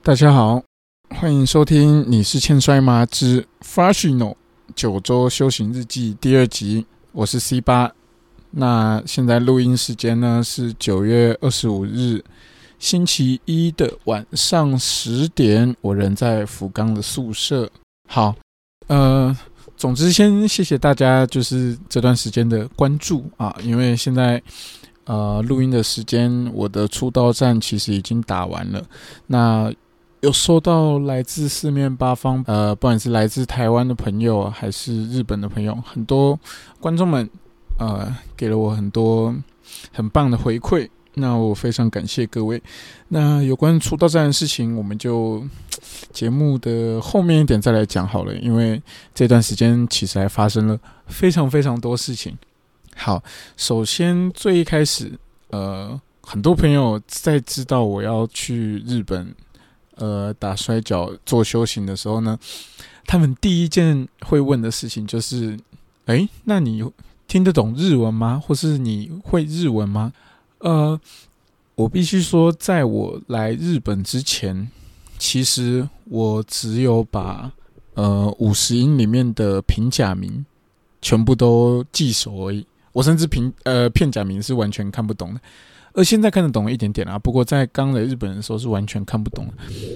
大家好，欢迎收听你是欠摔吗之 Frashino 9周修行日记第2集，我是 C8。那现在录音时间呢是9月25日星期一的晚上10点，我人在福冈的宿舍。好，总之先谢谢大家就是这段时间的关注啊，因为现在录音的时间，我的出道战其实已经打完了。那有收到来自四面八方，不管是来自台湾的朋友还是日本的朋友，很多观众们给了我很多很棒的回馈，那我非常感谢各位。那有关出道战的事情，我们就节目的后面一点再来讲好了，因为这段时间其实还发生了非常非常多事情。好，首先最一开始，很多朋友在知道我要去日本打摔跤做修行的时候呢，他们第一件会问的事情就是，那你听得懂日文吗？或是你会日文吗？我必须说，在我来日本之前，其实我只有把50音里面的平假名全部都记熟而已。我甚至片假名是完全看不懂的，而现在看得懂一点点啊。不过在刚来日本的时候是完全看不懂的。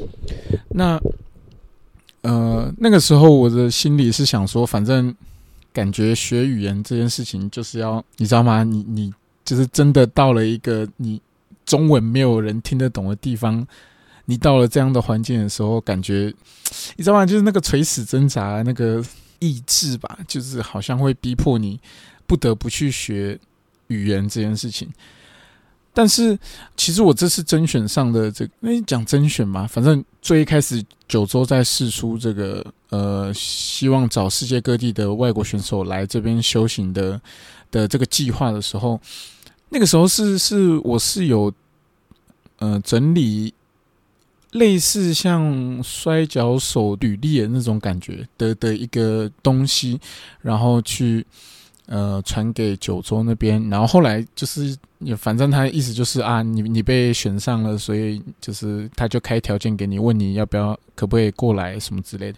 那个时候我的心里是想说，反正感觉学语言这件事情就是要，你知道吗？你就是真的到了一个你中文没有人听得懂的地方，你到了这样的环境的时候，感觉你知道吗？就是那个垂死挣扎那个意志吧，就是好像会逼迫你不得不去学语言这件事情。但是其实我这次甄选上的讲甄选嘛，反正最一开始9州在释出这个希望找世界各地的外国选手来这边修行的这个计划的时候，那个时候我是有整理类似像摔跤手履历的那种感觉的一个东西，然后去传给9州那边，然后后来就是反正他的意思就是你被选上了，所以就是他就开条件给你，问你要不要可不可以过来什么之类的。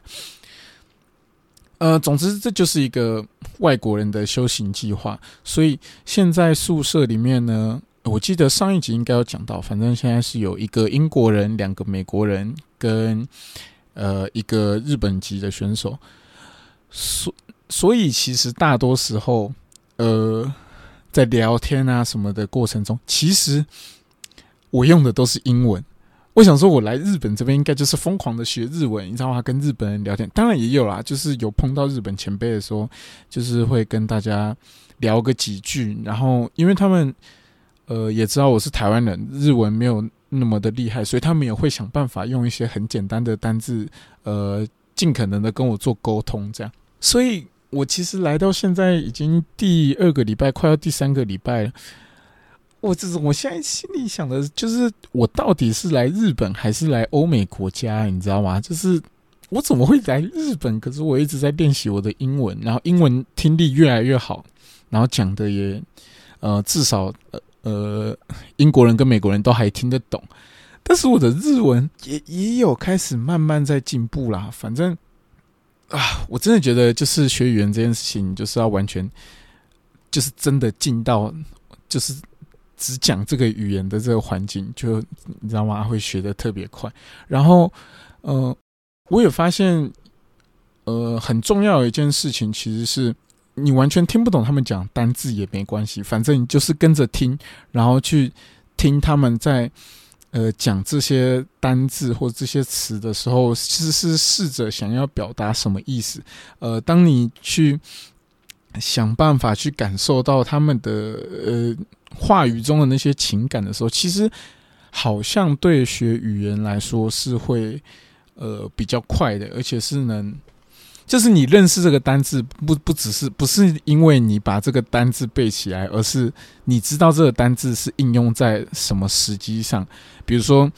总之这就是一个外国人的修行计划，所以现在宿舍里面呢，我记得上一集应该有讲到，反正现在是有一个英国人、2个美国人跟一个日本籍的选手，所以其实大多时候在聊天啊什么的过程中，其实我用的都是英文。我想说我来日本这边应该就是疯狂的学日文，你知道吗？跟日本人聊天，当然也有啦，就是有碰到日本前辈的时候，就是会跟大家聊个几句，然后因为他们也知道我是台湾人，日文没有那么的厉害，所以他们也会想办法用一些很简单的单字尽可能的跟我做沟通这样。所以我其实来到现在已经第2个礼拜，快要第3个礼拜了。我现在心里想的就是，我到底是来日本还是来欧美国家？你知道吗？就是我怎么会来日本？可是我一直在练习我的英文，然后英文听力越来越好，然后讲的也至少英国人跟美国人都还听得懂。但是我的日文也有开始慢慢在进步啦。反正我真的觉得就是学语言这件事情，就是要完全就是真的进到就是只讲这个语言的这个环境，就你知道吗？会学得特别快。然后我也发现很重要的一件事情，其实是你完全听不懂他们讲单字也没关系，反正你就是跟着听，然后去听他们在讲这些单字或这些词的时候，其实是试着想要表达什么意思。当你去想办法去感受到他们的话语中的那些情感的时候，其实好像对学语言来说是会比较快的，而且是就是你认识这个单字不是因为你把这个单字背起来，而是你知道这个单字是应用在什么时机上。比如说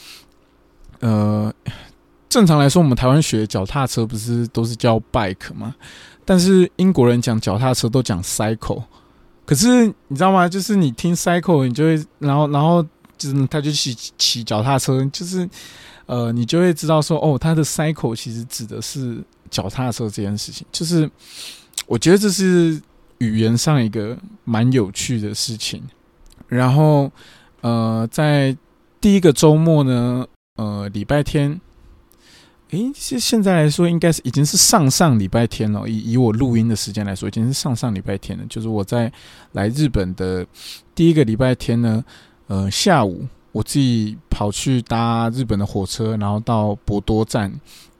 正常来说我们台湾学脚踏车不是都是叫 bike 吗？但是英国人讲脚踏车都讲 cycle。可是你知道吗？就是你听 cycle， 你就会然后就是他就骑脚踏车，就是你就会知道说，哦，它的 cycle 其实指的是脚踏车这件事情。就是我觉得这是语言上一个蛮有趣的事情。然后在第一个周末呢，礼拜天，现在来说应该是已经是上礼拜天了。以我录音的时间来说，已经是上礼拜天了。就是我在来日本的第一个礼拜天呢，下午我自己跑去搭日本的火车，然后到博多站，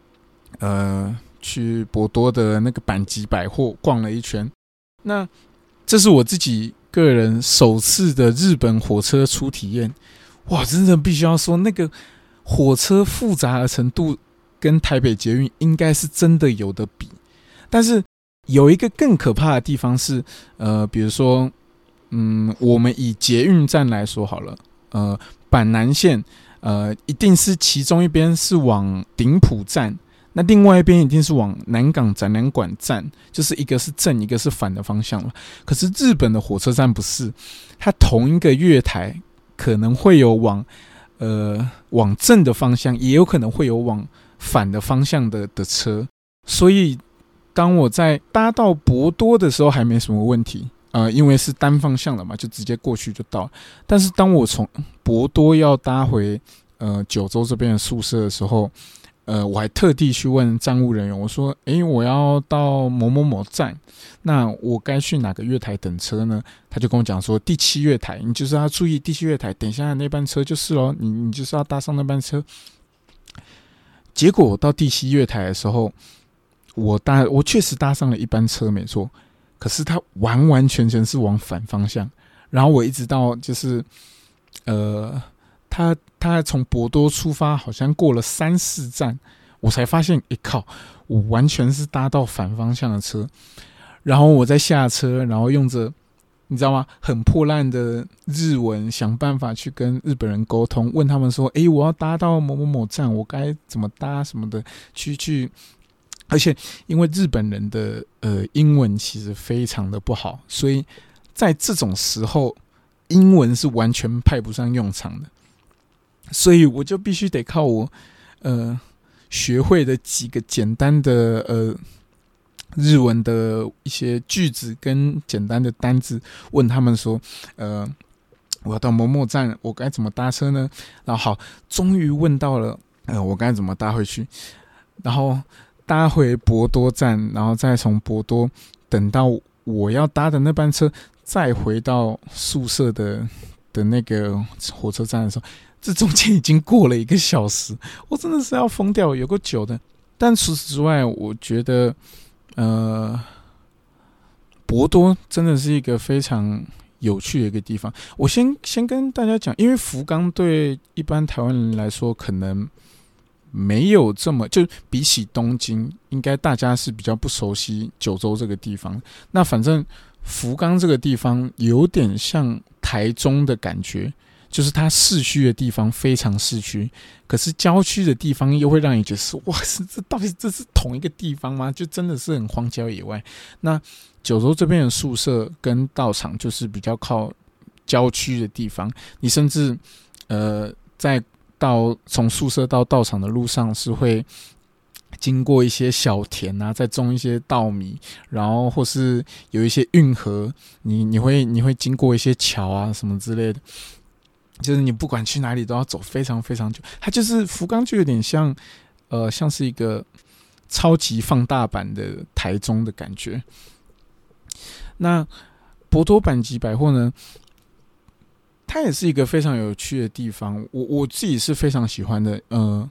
去博多的那个阪急百货逛了一圈。那这是我自己个人首次的日本火车初体验。哇，真的必须要说，那个火车复杂的程度跟台北捷运应该是真的有的比。但是有一个更可怕的地方是，比如说，我们以捷运站来说好了，阪南线，一定是其中一边是往顶埔站，那另外一边一定是往南港展览馆站，就是一个是正，一个是反的方向了。可是日本的火车站不是，它同一个月台可能会有往正的方向，也有可能会有往反的方向的车。所以当我在搭到博多的时候还没什么问题，因为是单方向的嘛，就直接过去就到了。但是当我从博多要搭回九州这边的宿舍的时候，我还特地去问站务人员，我说我要到某某某站，那我该去哪个月台等车呢？他就跟我讲说，第7月台，你就是要注意第7月台，等一下那班车就是咯，你就是要搭上那班车。结果我到第7月台的时候，我确实搭上了一班车没错，可是它完完全全是往反方向。然后我一直到就是他从博多出发，好像过了3-4站，我才发现，靠，我完全是搭到反方向的车。然后我再下车，然后用着你知道吗，很破烂的日文，想办法去跟日本人沟通，问他们说，我要搭到某某某站，我该怎么搭什么的，去。而且因为日本人的英文其实非常的不好，所以在这种时候，英文是完全派不上用场的。所以我就必须得靠我学会的几个简单的日文的一些句子跟简单的单字，问他们说我要到某某站，我该怎么搭车呢？然后好，终于问到了我该怎么搭回去，然后搭回博多站，然后再从博多等到我要搭的那班车，再回到宿舍的那个火车站的时候，这中间已经过了1个小时，我真的是要疯掉，有够久的。但除此之外，我觉得博多真的是一个非常有趣的一个地方。我先跟大家讲，因为福冈对一般台湾人来说可能没有这么，就比起东京，应该大家是比较不熟悉九州这个地方。那反正福冈这个地方有点像台中的感觉，就是它市区的地方非常市区，可是郊区的地方又会让你觉得哇，这到底这是同一个地方吗？就真的是很荒郊野外。那九州这边的宿舍跟道场就是比较靠郊区的地方，你甚至在从宿舍到道场的路上是会经过一些小田啊，再种一些稻米，然后或是有一些运河，你会经过一些桥啊什么之类的，就是你不管去哪里都要走非常非常久。它就是福冈就有点像像是一个超级放大版的台中的感觉。那博多阪急百货呢，它也是一个非常有趣的地方，我自己是非常喜欢的。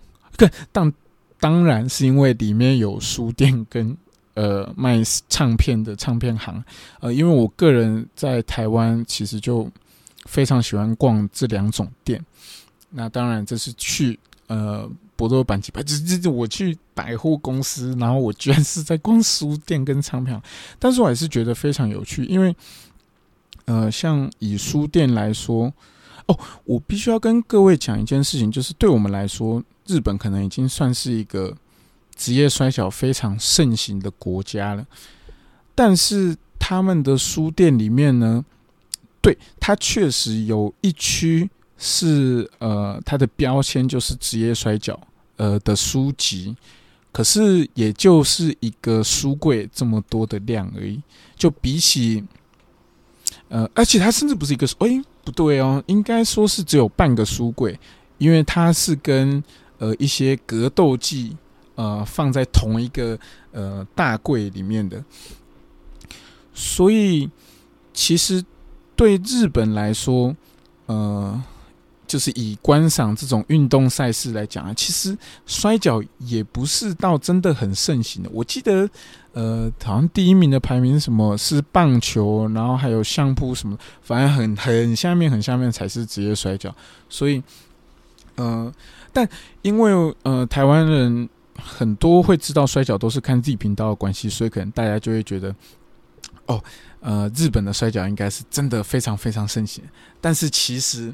当然是因为里面有书店跟卖唱片的唱片行。因为我个人在台湾其实就非常喜欢逛这2种店。那当然这是去博多阪急百货，我去百货公司，然后我居然是在逛书店跟唱片行，但是我还是觉得非常有趣，因为像以书店来说，我必须要跟各位讲一件事情，就是对我们来说，日本可能已经算是一个职业摔角非常盛行的国家了，但是他们的书店里面呢，对，它确实有一区是它的标签就是职业摔角的书籍，可是也就是一个书柜这么多的量而已，就比起而且它甚至不是一个不对哦，应该说是只有半个书柜，因为它是跟一些格斗技放在同一个大柜里面的，所以其实对日本来说，就是以观赏这种运动赛事来讲啊，其实摔角也不是到真的很盛行的。我记得好像第一名的排名什么是棒球，然后还有相扑什么，反正很下面很下面才是职业摔角。所以但因为台湾人很多会知道摔角都是看 Z 频道的关系，所以可能大家就会觉得日本的摔角应该是真的非常非常盛行。但是其实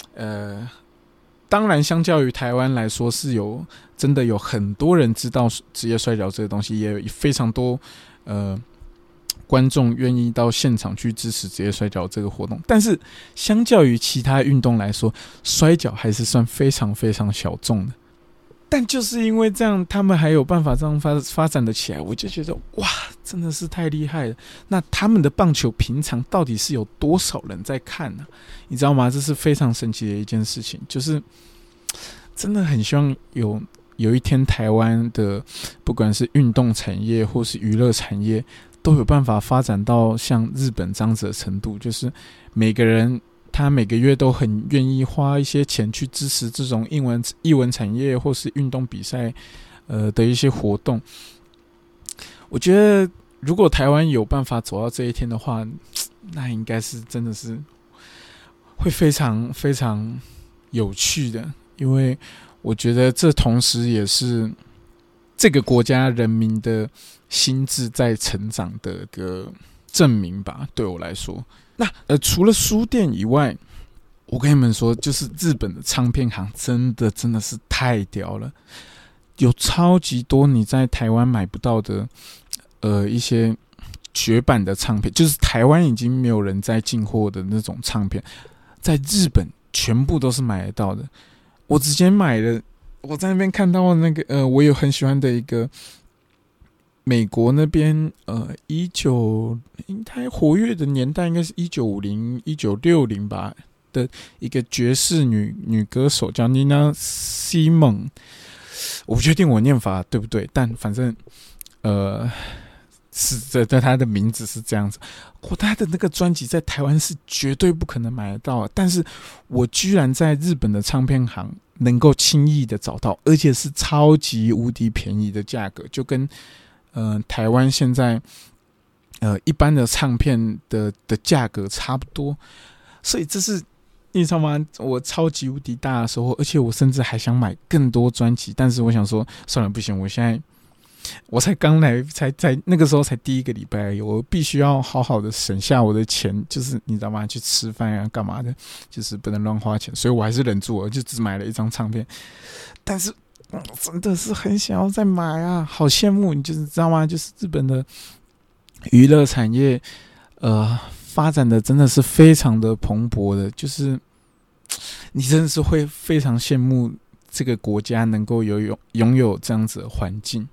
当然相较于台湾来说是真的有很多人知道职业摔角这个东西，也有非常多观众愿意到现场去支持职业摔角这个活动，但是相较于其他运动来说，摔角还是算非常非常小众的。但就是因为这样，他们还有办法这样发展的起来，我就觉得哇，真的是太厉害了。那他们的棒球平常到底是有多少人在看呢？你知道吗？这是非常神奇的一件事情，就是真的很希望有一天台湾的不管是运动产业或是娱乐产业都有办法发展到像日本这样子的程度，就是每个人他每个月都很愿意花一些钱去支持这种艺文产业或是运动比赛的一些活动。我觉得如果台湾有办法走到这一天的话，那应该是真的是会非常非常有趣的，因为我觉得这同时也是这个国家人民的心智在成长的一个证明吧，对我来说。那除了书店以外，我跟你们说，就是日本的唱片行真的是太屌了，有超级多你在台湾买不到的一些绝版的唱片，就是台湾已经没有人在进货的那种唱片，在日本全部都是买得到的。我之前买了，我在那边看到那个我有很喜欢的一个美国那边应该活跃的年代应该是1950、1960吧的一个爵士女歌手叫 Nina Simone， 我不确定我念法对不对，但反正是她的名字是这样子。她的那个专辑在台湾是绝对不可能买得到的，但是我居然在日本的唱片行能够轻易的找到，而且是超级无敌便宜的价格，就跟台湾现在一般的唱片的价格差不多，所以这是你知道吗？我超级无敌大的收获，而且我甚至还想买更多专辑，但是我想说算了，不行，我才刚来，才那个时候才第一个礼拜而已，我必须要好好的省下我的钱，就是你知道吗？去吃饭啊，干嘛的，就是不能乱花钱，所以我还是忍住了，就只买了一张唱片，但是真的是很想要再买啊，好羡慕你，就是知道吗？就是日本的娱乐产业，发展的真的是非常的蓬勃的，就是你真的是会非常羡慕这个国家能够拥有这样子的环境。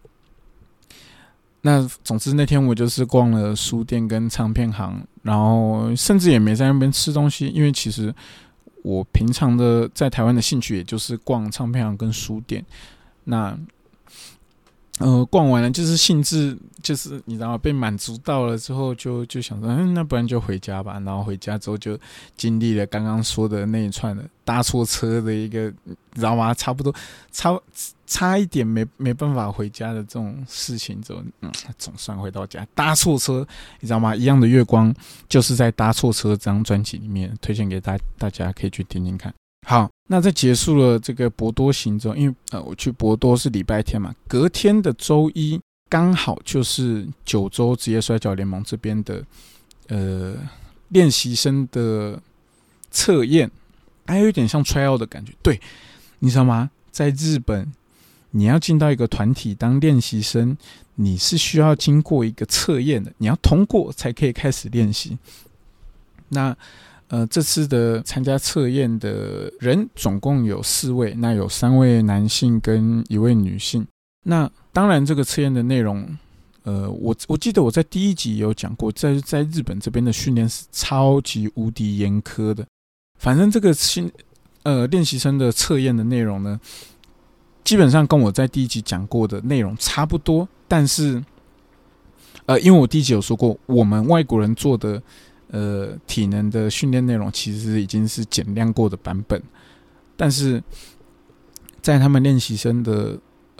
那总之那天我就是逛了书店跟唱片行，然后甚至也没在那边吃东西，因为其实我平常的在台湾的兴趣也就是逛唱片行跟书店。那逛完了就是兴致就是你知道被满足到了之后就想说那不然就回家吧，然后回家之后就经历了刚刚说的那一串的搭错车的一个你知道吗，差不多差一点没办法回家的这种事情之后，总算回到家。搭错车你知道吗，一样的月光就是在搭错车这张专辑里面，推荐给大家可以去听听看。好，那在结束了这个博多行之后，因为我去博多是礼拜天嘛，隔天的周一刚好就是九州职业摔角联盟这边的练习生的测验，还有一点像 tryout 的感觉。对，你知道吗？在日本，你要进到一个团体当练习生，你是需要经过一个测验的，你要通过才可以开始练习。那这次的参加测验的人总共有4位，那有3位男性跟1位女性。那当然这个测验的内容我记得我在第1集有讲过，在日本这边的训练是超级无敌严苛的。反正这个练习生的测验的内容呢，基本上跟我在第1集讲过的内容差不多，但是因为我第1集有说过，我们外国人做的体能的训练内容其实已经是减量过的版本，但是在他们练习生的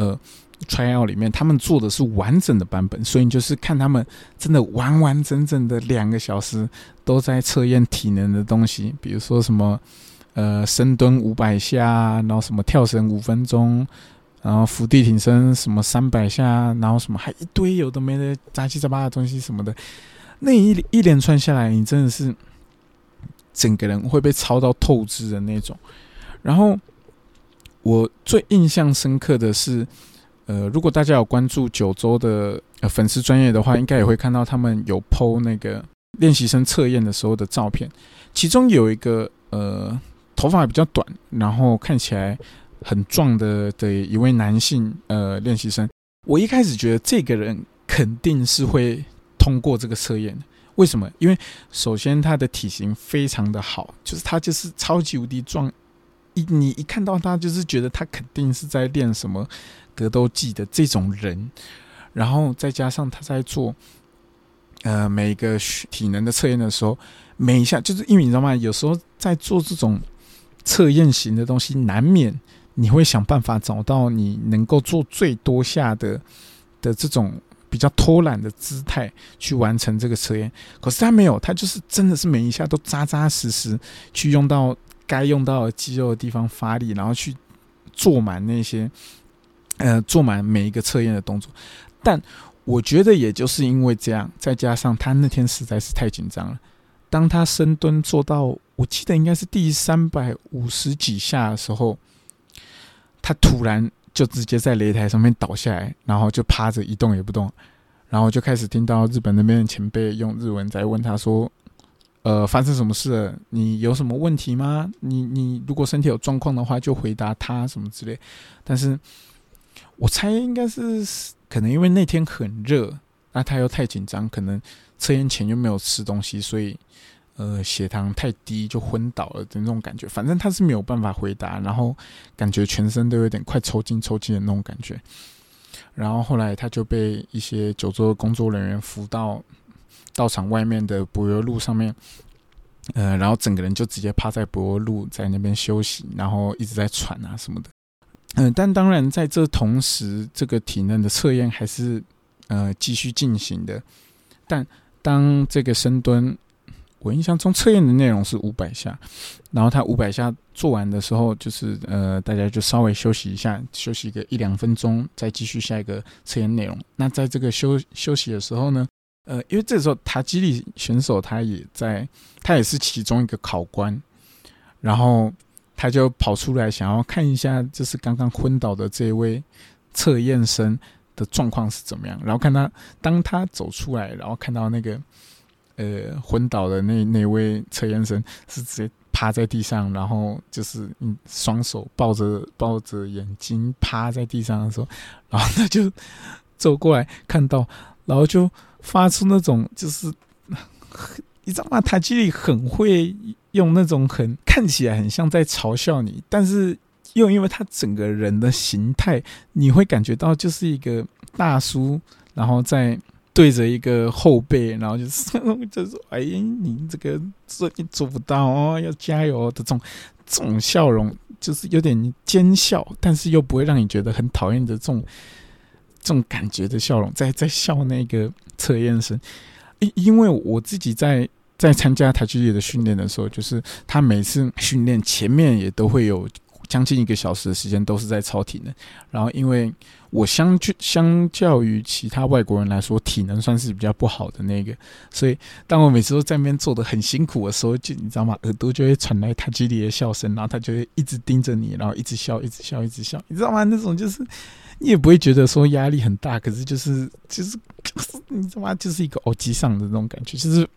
tryout 里面，他们做的是完整的版本，所以你就是看他们真的完完整整的2个小时都在测验体能的东西，比如说什么深蹲500下，然后什么跳绳5分钟，然后伏地挺身什么300下，然后什么还一堆有的没的杂七杂八的东西什么的。那一连串下来，你真的是整个人会被操到透支的那种。然后我最印象深刻的是，如果大家有关注9州的粉丝专页的话，应该也会看到他们有 po 那个练习生测验的时候的照片。其中有一个头发比较短，然后看起来很壮的一位男性练习生。我一开始觉得这个人肯定是会通过这个测验。为什么？因为首先他的体型非常的好，就是他就是超级无敌壮，你一看到他就是觉得他肯定是在练什么格斗技的这种人。然后再加上他在做每一个体能的测验的时候，每一下就是因为你知道吗？有时候在做这种测验型的东西，难免你会想办法找到你能够做最多下的这种比较偷懒的姿态去完成这个测验。可是他没有，他就是真的是每一下都扎扎实实去用到该用到的肌肉的地方发力，然后去做满那些做满每一个测验的动作。但我觉得也就是因为这样，再加上他那天实在是太紧张了，当他深蹲做到我记得应该是第350几下的时候，他突然就直接在擂台上面倒下来，然后就趴着一动也不动，然后就开始听到日本那边的前辈用日文在问他说发生什么事了？你有什么问题吗？你如果身体有状况的话就回答他什么之类。但是我猜应该是可能因为那天很热，那他又太紧张，可能测验前又没有吃东西，所以血糖太低就昏倒了的那种感觉。反正他是没有办法回答，然后感觉全身都有点快抽筋的那种感觉。然后后来他就被一些9州的工作人员扶到道场外面的柏油路上面，然后整个人就直接趴在柏油路在那边休息，然后一直在喘啊什么的。但当然在这同时，这个体能的测验还是继续进行的。但当这个深蹲，我印象中测验的内容是500下，然后他500下做完的时候，就是大家就稍微休息一下，休息个1-2分钟，再继续下一个测验内容。那在这个休息的时候呢，因为这时候塔基里选手他也是其中一个考官，然后他就跑出来想要看一下，就是刚刚昏倒的这位测验生的状况是怎么样。然后当他走出来，然后看到那个昏倒的那位测验生是直接趴在地上，然后就是双手抱着眼睛趴在地上的时候，然后他就走过来看到，然后就发出那种就是你知道吗？塔基里很会用那种看起来很像在嘲笑你，但是又因为他整个人的形态，你会感觉到就是一个大叔，然后在对着一个后辈，然后就是哎，你这个做不到哦，要加油的这种笑容，就是有点奸笑，但是又不会让你觉得很讨厌的这种感觉的笑容，在笑那个测验生。因为我自己在参加塔基里的训练的时候，就是他每次训练前面也都会有将近1个小时的时间都是在操体能。然后因为我相较于其他外国人来说，体能算是比较不好的那个，所以当我每次都在那边做的很辛苦的时候，就你知道吗？耳朵就会传来塔基里的笑声，然后他就会一直盯着你，然后一直笑，你知道吗？那种就是你也不会觉得说压力很大，可是就是你知道吗？就是一个偶机上的那种感觉，就是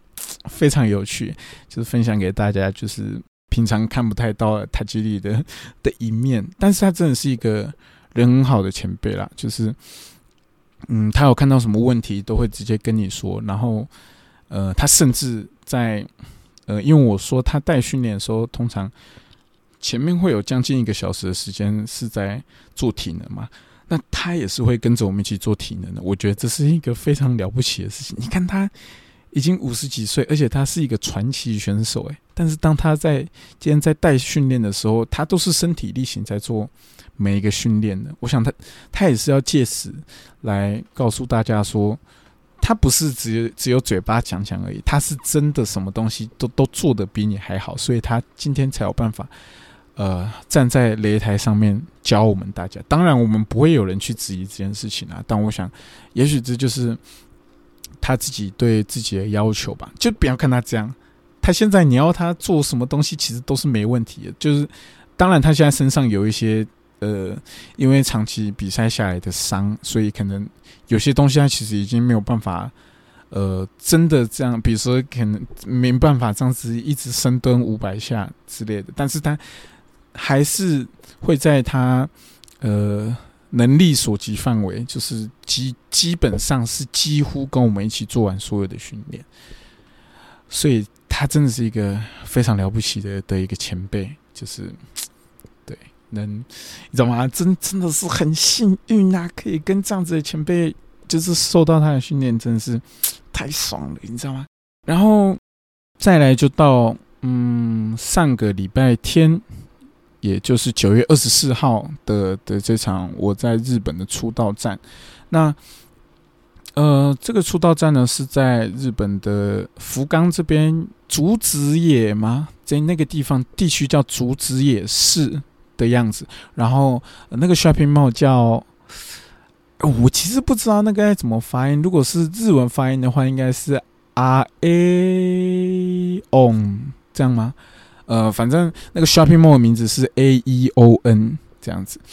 非常有趣，就是分享给大家，就是平常看不太到塔吉利的一面，但是他真的是一个人很好的前辈啦，就是他有看到什么问题都会直接跟你说，然后他甚至在因为我说他带训练的时候，通常前面会有将近1个小时的时间是在做体能嘛，那他也是会跟着我们一起做体能的。我觉得这是一个非常了不起的事情。你看他已经50几岁，而且他是一个传奇选手但是当他今天在带训练的时候，他都是身体力行在做每一个训练的。我想他也是要借此来告诉大家说，他不是只有嘴巴讲讲而已，他是真的什么东西都做得比你还好，所以他今天才有办法站在擂台上面教我们大家。当然我们不会有人去质疑这件事情但我想也许这就是他自己对自己的要求吧，就不要看他这样，他现在你要他做什么东西其实都是没问题的，就是当然他现在身上有一些因为长期比赛下来的伤，所以可能有些东西他其实已经没有办法真的这样，比如说可能没办法这样子一直深蹲500下之类的，但是他还是会在他能力所及范围，就是基本上是几乎跟我们一起做完所有的训练，所以他真的是一个非常了不起的一个前辈，就是对，你知道吗？真的是很幸运可以跟这样子的前辈，就是受到他的训练，真的是太爽了，你知道吗？然后再来就到上个礼拜天，也就是9月24号的这场我在日本的出道战。那这个出道战呢是在日本的福冈这边竹子野吗？在那个地区叫竹子野市的样子。然后那个 shopping mall 叫我其实不知道那个该怎么发音，如果是日文发音的话应该是 AEON 这样吗？反正那个 shopping mall 的名字是 AEON 这样子。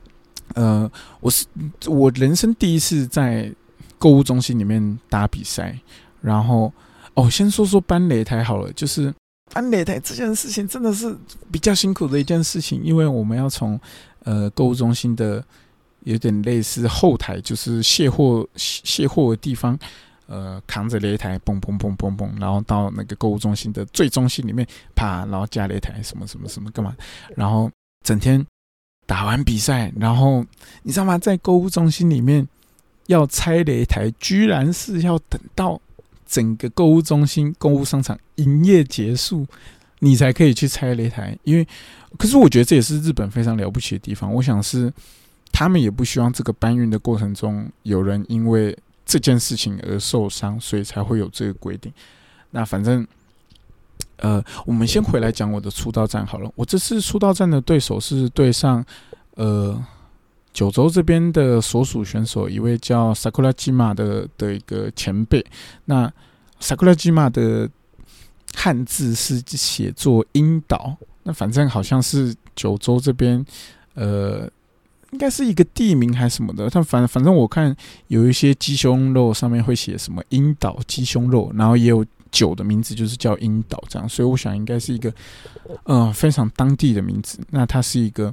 我人生第一次在购物中心里面打比赛，然后先说搬擂台好了，就是搬擂台这件事情真的是比较辛苦的一件事情，因为我们要从购物中心的有点类似后台，就是卸货的地方，扛着擂台蹦蹦蹦蹦蹦，然后到那个购物中心的最中心里面，啪，然后架擂台什么什么什么干嘛，然后整天打完比赛，然后你知道吗？在购物中心里面要拆擂台，居然是要等到整个购物中心、购物商场营业结束，你才可以去拆擂台。可是我觉得这也是日本非常了不起的地方。我想是他们也不希望这个搬运的过程中有人因为这件事情而受伤，所以才会有这个规定。那反正我们先回来讲我的出道战好了。我这次出道战的对手是对上九州这边的所属选手，一位叫 Sakurajima 的一个前辈。那 Sakurajima 的汉字是写作樱岛，那反正好像是九州这边应该是一个地名还是什么的，但反正我看有一些鸡胸肉上面会写什么樱岛鸡胸肉，然后也有酒的名字就是叫樱岛这样，所以我想应该是一个非常当地的名字。那他是一个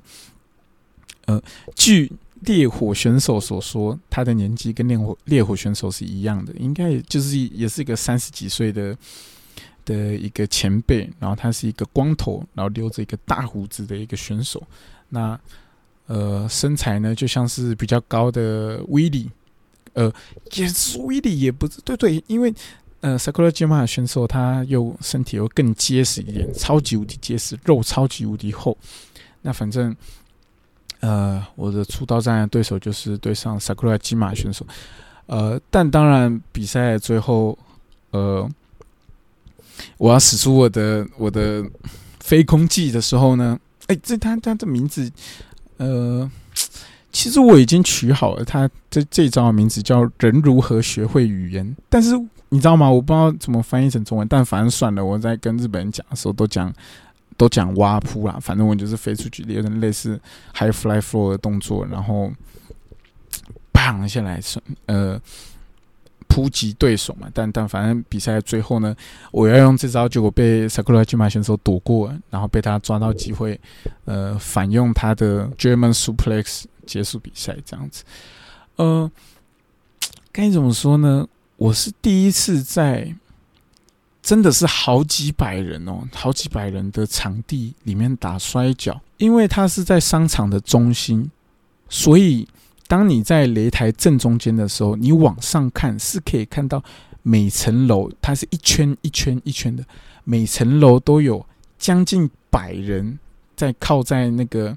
据烈火选手所说，他的年纪跟烈火选手是一样的，应该就是也是一个30几岁的一个前辈，然后他是一个光头，然后留着一个大胡子的一个选手。那身材呢就像是比较高的威利，也是威利也不是对，因为Sakurajima 的选手他身体又更结实一点，超级无敌结实，肉超级无敌厚。那反正我的出道战的对手就是对上 Sakurajima 选手，但当然比赛最后我要使出我的飞空技的时候呢，他的名字其实我已经取好了，他这一招的名字叫人如何学会语言，但是你知道吗？我不知道怎么翻译成中文，但反正算了，我在跟日本人讲的时候都讲蛙扑啦，反正我就是飞出去，有点类似 high fly floor 的动作，然后砰下来， 突击对手嘛，但反正比赛最后呢，我要用这招，结果被 Sakurajima 选手躲过，然后被他抓到机会，反用他的 German Suplex 结束比赛这样子。该怎么说呢？我是第一次在真的是好几百人的场地里面打摔跤，因为它是在商场的中心，所以当你在擂台正中间的时候，你往上看是可以看到每层楼，它是一圈一圈一圈的，每层楼都有将近100人在靠在那个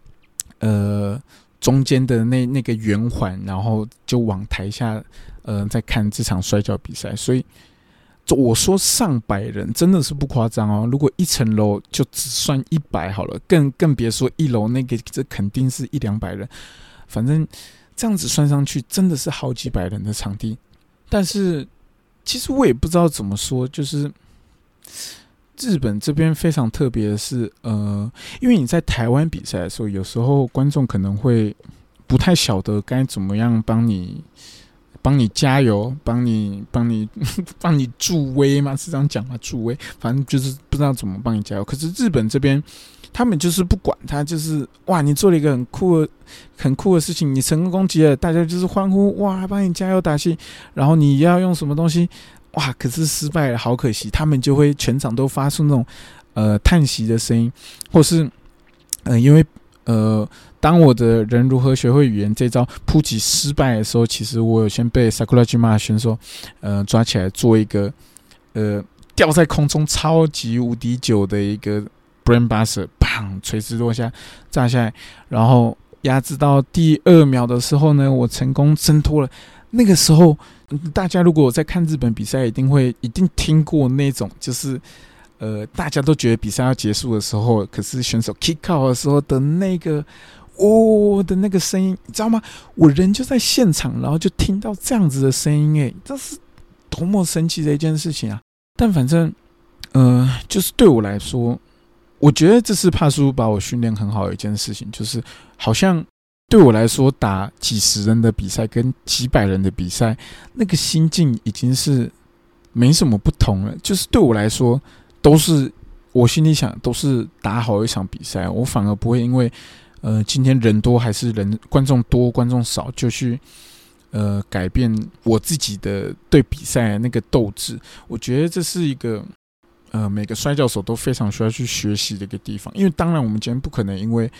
中间的那个圆环，然后就往台下在看这场摔跤比赛。所以我说上百人真的是不夸张哦。如果一层楼就只算100好了，更别说一楼那个，这肯定是100-200人。反正这样子算上去，真的是好几百人的场地。但是其实我也不知道怎么说，就是日本这边非常特别的是，因为你在台湾比赛的时候，有时候观众可能会不太晓得该怎么样帮你加油，帮你助威嘛，是这样讲吗？助威，反正就是不知道怎么帮你加油。可是日本这边，他们就是不管，他就是哇，你做了一个很酷的事情，你成功攻击了，大家就是欢呼，哇，帮你加油打气。然后你要用什么东西，哇，可是失败了，好可惜。他们就会全场都发出那种叹息的声音，或是因为当我的人如何学会语言这招扑击失败的时候，其实我有先被 Sakurajima 选手抓起来做一个吊在空中超级无敌久的一个 brain buster， 砰，垂直落下炸下来，然后压制到第2秒的时候呢，我成功挣脱了。那个时候大家如果在看日本比赛，一定听过那种就是大家都觉得比赛要结束的时候，可是选手 kick out 的时候的那个的那个声音，你知道吗？我人就在现场，然后就听到这样子的声音，这是多么神奇的一件事情啊！但反正就是对我来说，我觉得这是帕叔把我训练很好的一件事情，就是好像对我来说，打几十人的比赛跟几百人的比赛，那个心境已经是没什么不同了。就是对我来说，都是我心里想，都是打好一场比赛。我反而不会因为今天人多还是观众多观众少，就去改变我自己的对比赛的那个斗志。我觉得这是一个每个摔跤手都非常需要去学习的一个地方。因为当然我们今天不可能因为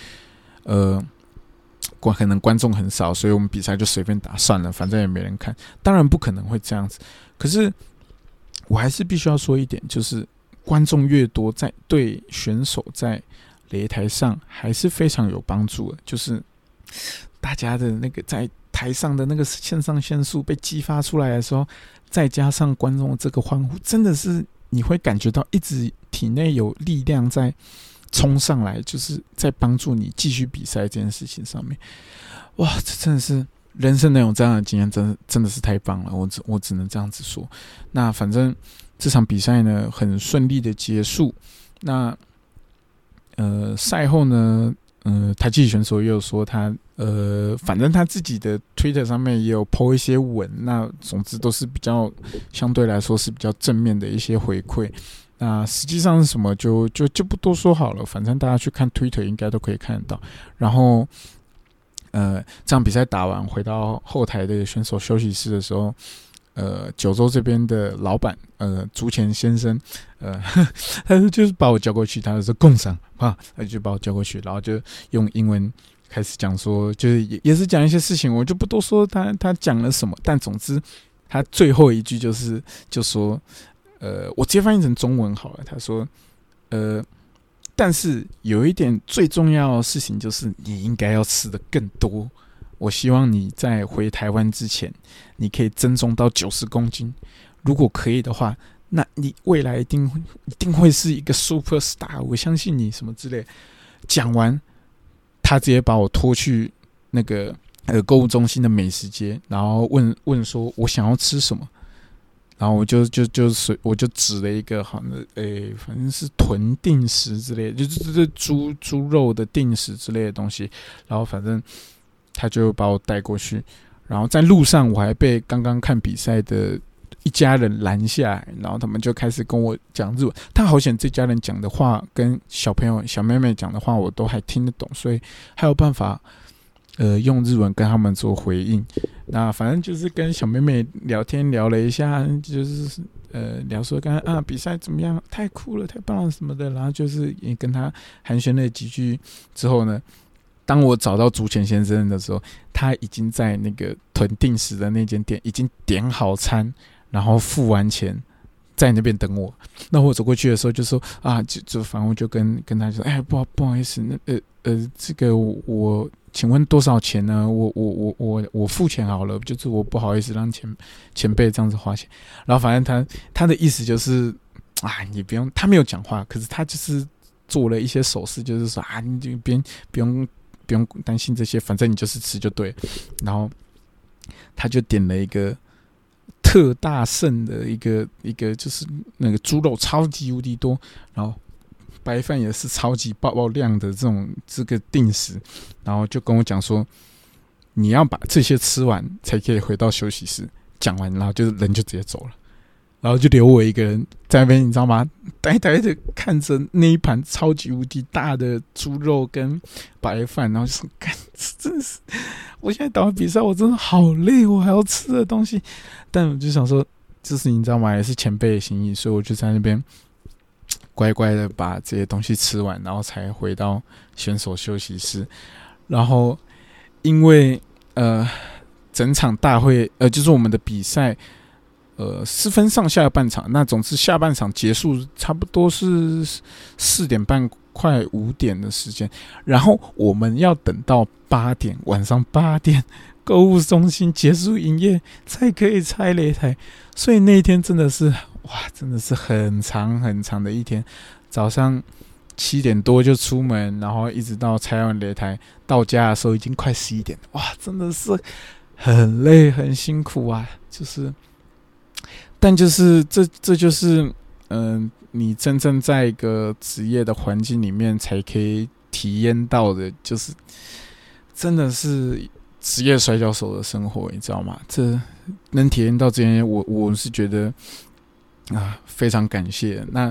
可能观众很少，所以我们比赛就随便打算了，反正也没人看。当然不可能会这样子。可是我还是必须要说一点，就是观众越多，对选手在擂台上还是非常有帮助的。就是大家的那个在台上的那个肾上腺素被激发出来的时候，再加上观众的这个欢呼，真的是你会感觉到一直体内有力量在冲上来，就是在帮助你继续比赛这件事情上面。哇，这真的是人生能有这样的经验，真的是太棒了。我只能这样子说。那反正这场比赛呢很顺利的结束。那赛后呢，台积选手也有说他反正他自己的 Twitter 上面也有 po 一些文，那总之都是比较相对来说是比较正面的一些回馈。那实际上是什么就不多说好了，反正大家去看 Twitter 应该都可以看得到。然后这场比赛打完回到后台的选手休息室的时候，九州这边的老板竹前先生他就是把我叫过去，他说共赏啊，他就把我叫过去，然后就用英文开始讲说，就是也是讲一些事情，我就不多说他讲了什么，但总之他最后一句就说我直接翻译成中文好了。他说但是有一点最重要的事情就是你应该要吃的更多，我希望你在回台湾之前你可以增重到90公斤，如果可以的话，那你未来一定会是一个 super star， 我相信你什么之类。讲完他直接把我拖去那个购物中心的美食街，然后问说我想要吃什么，然后我就指了一个好像反正是豚定食之类的，就是猪肉的定食之类的东西，然后反正他就把我带过去， 然后在路上我还被刚刚看比赛的一家人拦下来，然后他们就开始跟我讲日文。但好险这家人讲的话跟小朋友小妹妹讲的话我都还听得懂，所以还有办法用日文跟他们做回应。那反正就是跟小妹妹聊天聊了一下，就是聊说刚刚比赛怎么样，太酷了太棒了什么的，然后就是也跟他寒暄了几句之后呢，当我找到竹前先生的时候，他已经在那个屯定时的那间店已经点好餐，然后付完钱在那边等我。那我走过去的时候就说就反正我就跟他说，不好意思，这个我请问多少钱呢？我付钱好了，就是我不好意思让前辈这样子花钱。然后反正他的意思就是你不用，他没有讲话，可是他就是做了一些手势，就是说你就不用担心这些，反正你就是吃就对了。然后他就点了一个特大盛的一个就是那个猪肉超级无敌多，然后白饭也是超级爆量的这个定时，然后就跟我讲说，你要把这些吃完才可以回到休息室。讲完，然后就是人就直接走了，然后就留我一个人在那边，你知道吗？呆呆的看着那一盘超级无敌大的猪肉跟白饭，然后就说：“干，真是！我现在打完比赛，我真的好累，我还要吃的东西。”但我就想说，就是你知道吗？也是前辈的心意，所以我就在那边乖乖的把这些东西吃完，然后才回到选手休息室。然后因为整场大会就是我们的比赛是分上下半场，那总之下半场结束差不多是4点半快5点的时间，然后我们要等到8点，晚上8点购物中心结束营业才可以拆擂台，所以那一天真的是真的是很长很长的一天。早上7点多就出门，然后一直到拆完擂台到家的时候已经快11点，真的是很累很辛苦啊，但就是这就是你真正在一个职业的环境里面才可以体验到的，就是真的是职业摔跤手的生活，你知道吗？这能体验到这些，我是觉得非常感谢。那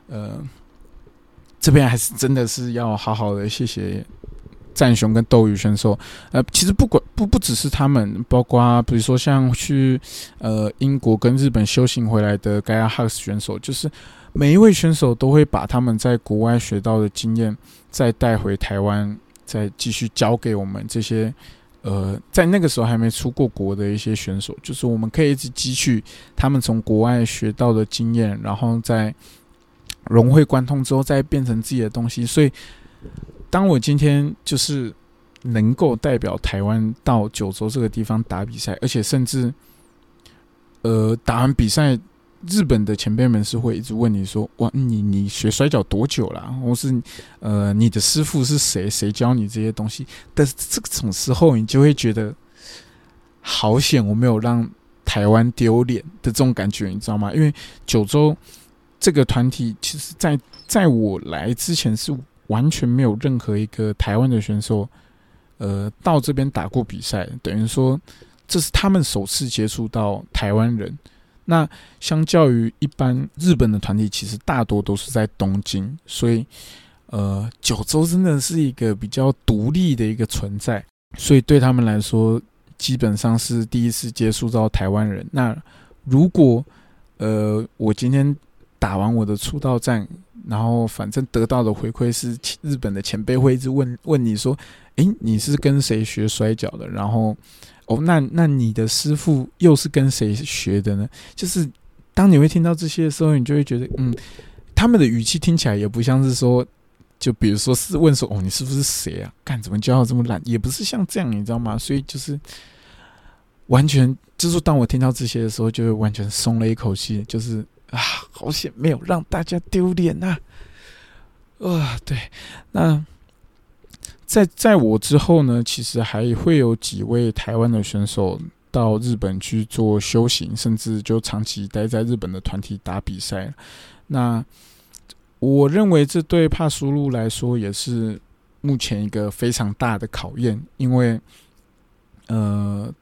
这边还是真的是要好好的谢谢战雄跟斗鱼选手，其实不只是他们，包括比如说像去英国跟日本修行回来的 Gaia Hux 选手，就是每一位选手都会把他们在国外学到的经验再带回台湾，再继续教给我们这些在那个时候还没出过国的一些选手，就是我们可以一直汲取他们从国外学到的经验，然后再融会贯通之后再变成自己的东西。所以当我今天就是能够代表台湾到九州这个地方打比赛，而且甚至打完比赛，日本的前辈们是会一直问你说，你学摔跤多久啦？或是你的师傅是谁？谁教你这些东西？但是这种时候你就会觉得好险我没有让台湾丢脸的这种感觉，你知道吗？因为九州这个团体其实在我来之前是完全没有任何一个台湾的选手到这边打过比赛，等于说这是他们首次接触到台湾人。那相较于一般日本的团体，其实大多都是在东京，所以九州真的是一个比较独立的一个存在，所以对他们来说基本上是第一次接触到台湾人。那如果我今天打完我的出道战，然后反正得到的回馈是日本的前辈会一直问你说，你是跟谁学摔跤的？然后那你的师傅又是跟谁学的呢？就是当你会听到这些的时候，你就会觉得他们的语气听起来也不像是说，就比如说是问说你师傅是谁啊？干怎么教的这么烂？也不是像这样，你知道吗？所以就是完全就是当我听到这些的时候，就会完全松了一口气，就是好险没有让大家丢脸啊！对，那在我之后呢，其实还会有几位台湾的选手到日本去做修行，甚至就长期待在日本的团体打比赛。那我认为这对帕苏路来说也是目前一个非常大的考验，因为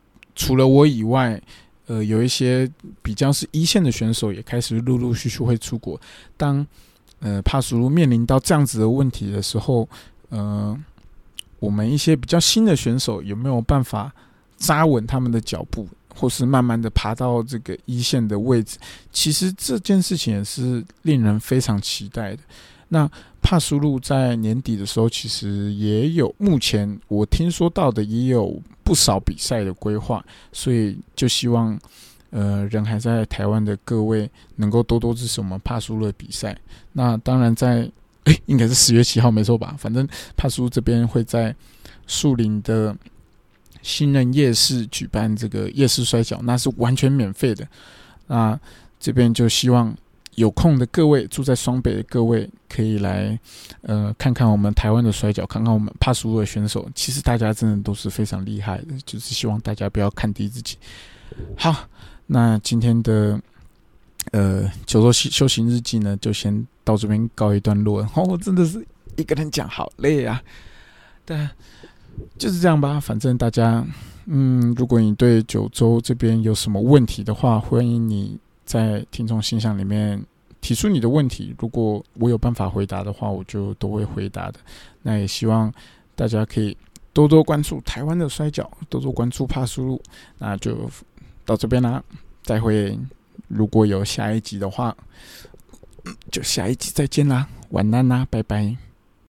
除了我以外，有一些比较是一线的选手也开始陆陆续续会出国。当帕苏鲁面临到这样子的问题的时候，我们一些比较新的选手有没有办法扎稳他们的脚步，或是慢慢的爬到这个一线的位置？其实这件事情也是令人非常期待的。那帕苏鲁在年底的时候，其实也有，目前我听说到的也有不少比赛的规划，所以就希望人还在台湾的各位能够多多支持我们帕苏鲁的比赛。那当然在应该是10月7号没错吧？反正帕苏鲁这边会在树林的新人夜市举办这个夜市摔跤，那是完全免费的。那这边就希望有空的各位，住在双北的各位，可以来看看我们台湾的摔跤，看看我们帕苏鲁的选手。其实大家真的都是非常厉害的，就是希望大家不要看低自己。好，那今天的九州修行日记呢，就先到这边告一段落。我真的是一个人讲好累啊，但就是这样吧。反正大家，如果你对九州这边有什么问题的话，欢迎你在听众信箱里面提出你的问题。如果我有办法回答的话，我就都会回答的。那也希望大家可以多多关注台湾的摔跤，多多关注帕苏鲁。那就到这边啦，再会。如果有下一集的话，就下一集再见啦，晚安啦，拜拜。